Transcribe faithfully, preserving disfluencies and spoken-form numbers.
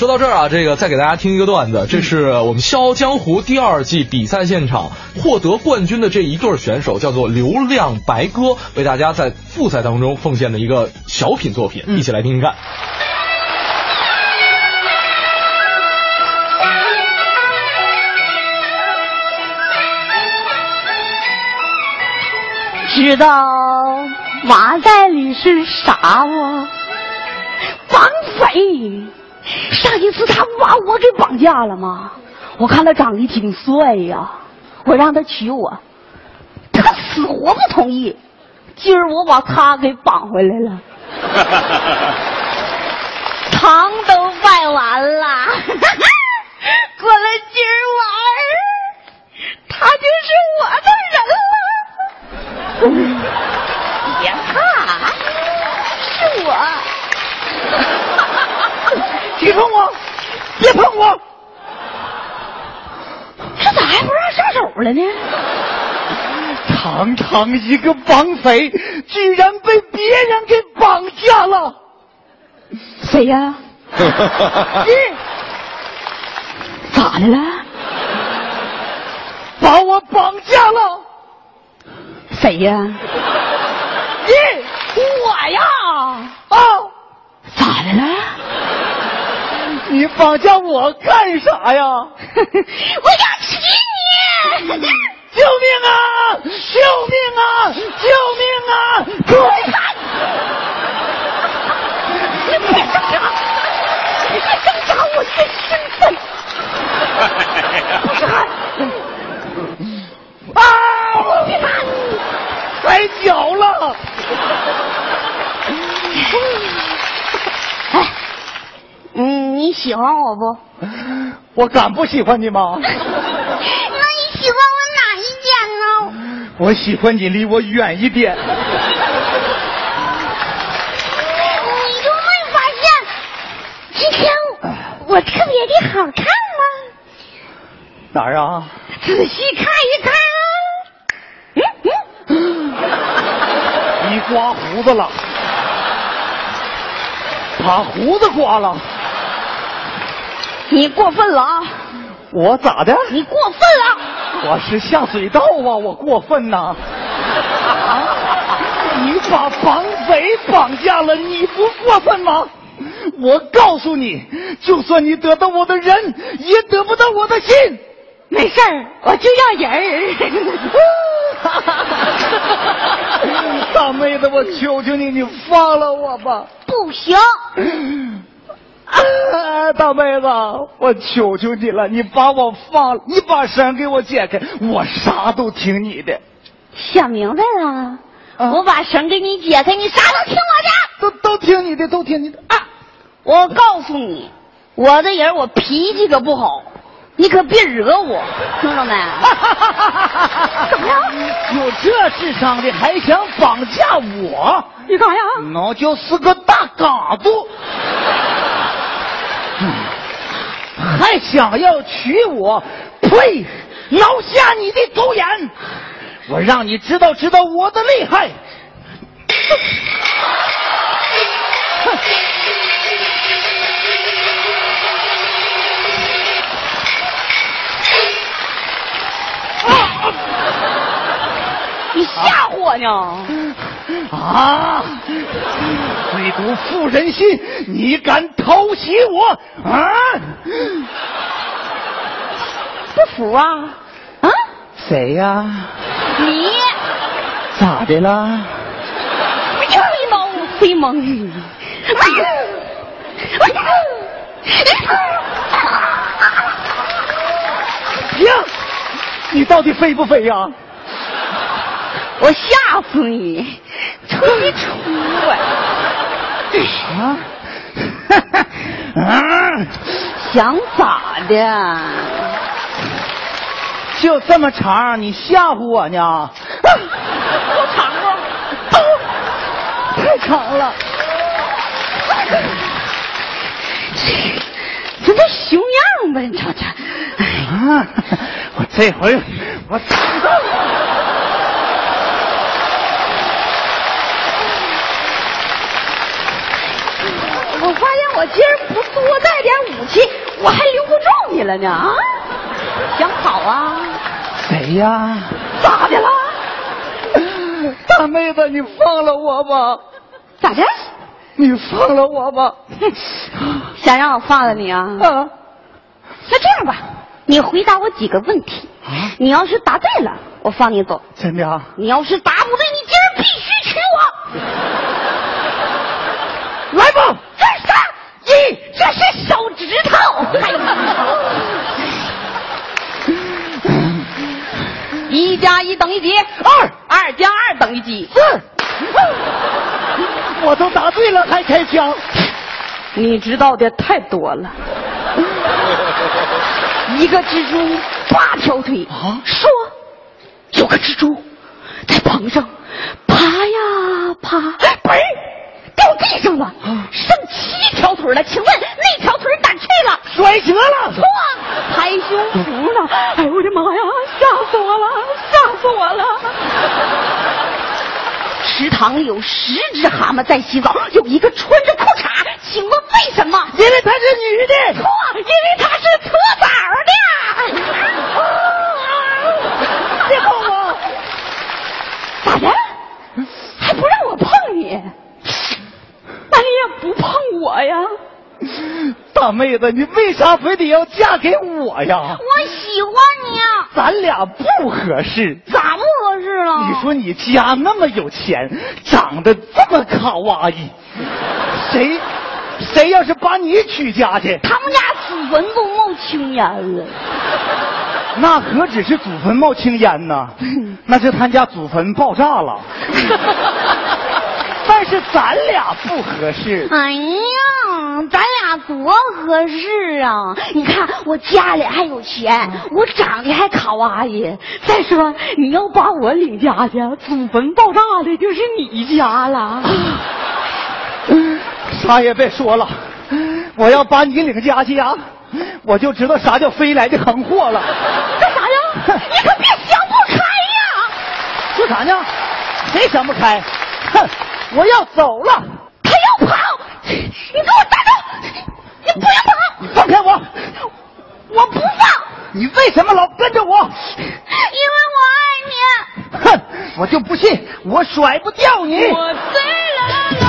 说到这儿啊，这个再给大家听一个段子，这是我们《笑傲江湖》第二季比赛现场获得冠军的这一对选手，叫做流量白鸽，为大家在复赛当中奉献的一个小品作品，一起来听听看。 知道马代里是啥吗？绑匪！上一次他把我给绑架了吗？我看他长得挺帅呀，我让他娶我，他死活不同意。今儿我把他给绑回来了，堂都拜完了，过了今儿晚儿，他就是我的人了。别怕，是我。 别碰我，别碰我！ 这咋还不让上手了呢？ 堂堂一个绑匪，居然被别人给绑架了。 谁呀？ 你咋的了？ 把我绑架了。 谁呀？ 你我呀！ 啊？ 咋的了？ 你绑架我干啥呀？ 我想娶你！ 救命啊！救命啊！救命啊！ 滚开！你别挣扎！你别挣扎我的身份！不是汉！ 啊！ 别打！ 摔跤了！ 哎，嗯，你喜欢我不？ 我敢不喜欢你吗？ 那你喜欢我哪一点呢？ 我喜欢你离我远一点。 你就没发现今天我特别的好看吗？ 哪儿啊？ 仔细看一看啊！嗯嗯， 你刮胡子了，把胡子刮了。 你过分了啊！ 我咋的？ 你过分了！ 我是下水道啊，我过分呐！你把绑匪绑架了，你不过分吗？我告诉你，就算你得到我的人，也得不到我的心。 没事儿，我就要人儿。 大妹子，我求求你，你放了我吧！ 不行。 啊，大妹子，我求求你了，你把我放了，你把绳给我解开，我啥都听你的。 想明白了，啊、我把绳给你解开，你啥都听我的。都都听你的，都听你的啊！ 我告诉你，我的人我脾气可不好，你可别惹我，听着没？怎么样？ 有这智商的还想绑架我？ 你干呀？ 那就是个大嘎子。还想要娶我？呸！挠下你的狗眼！我让你知道知道我的厉害！ 你吓唬我呢？ 啊！最毒妇人心，你敢偷袭我啊？ 不服啊？啊？ 谁呀？ 你咋的了？ 吹毛飞蒙。 停！你到底飞不飞呀？ 我吓死你！出你出来！ 啊！啊！ 想咋的？ 就这么长，你吓唬我呢？ 多长啊？ 太长了！ 这这熊样吧，你瞅瞅！ 啊！我这回我知道了。 我发现我我今儿不多带点武器，我还留不住你了呢啊！想跑啊？ 谁呀？ 咋的了？ 大妹子，你放了我吧！ 咋的？ 你放了我吧！ 想让我放了你啊？ 啊！ 那这样吧，你回答我几个问题。 啊！ 你要是答对了，我放你走。 真的啊？ 你要是答不对，你今儿必须娶我。 来吧！ 这是啥？一，这是手指头。一加一等于几？ 二。 二加二等于几？ 四。我都答对了，还开枪？ 你知道的太多了。一个蜘蛛八条腿啊！ 说，有个蜘蛛在棚上爬呀爬，嘣儿掉地上了， 啊、 剩七条腿了。请问那条腿哪去了？ 摔折了。 错，拍胸脯了。哎呦我的妈呀！吓死我了！吓死我了！池塘里有十只蛤蟆在洗澡，有一个穿着裤衩，请问为什么？ 因为她是女的。 错，因为她是搓澡的。 别碰我！ 咋的？还不让我碰你？那你也不碰我呀？ 大妹子，你为啥非得要嫁给我呀？ 我喜欢你啊！ 咱俩不合适。 咋不合适了？ 你说你家那么有钱，长得这么卡哇伊，谁谁要是把你娶家去， 他们家祖坟都冒青烟了。 那何止是祖坟冒青烟呢？那是他家祖坟爆炸了。但是咱俩不合适。 哎呀，咱俩多合适啊！你看我家里还有钱，我长得还卡哇伊。再说你要把我领家去，祖坟爆炸的就是你家了。 啥也别说了，我要把你领家去呀，我就知道啥叫飞来的横祸了。 干啥呀？你可别想不开呀！ 说啥呢？谁想不开？哼！我要走了。 他要跑，你给我站住！你不要跑！ 你放开我！ 我不放！ 你为什么老跟着我？ 因为我爱你。 哼！我就不信我甩不掉你。 我醉了。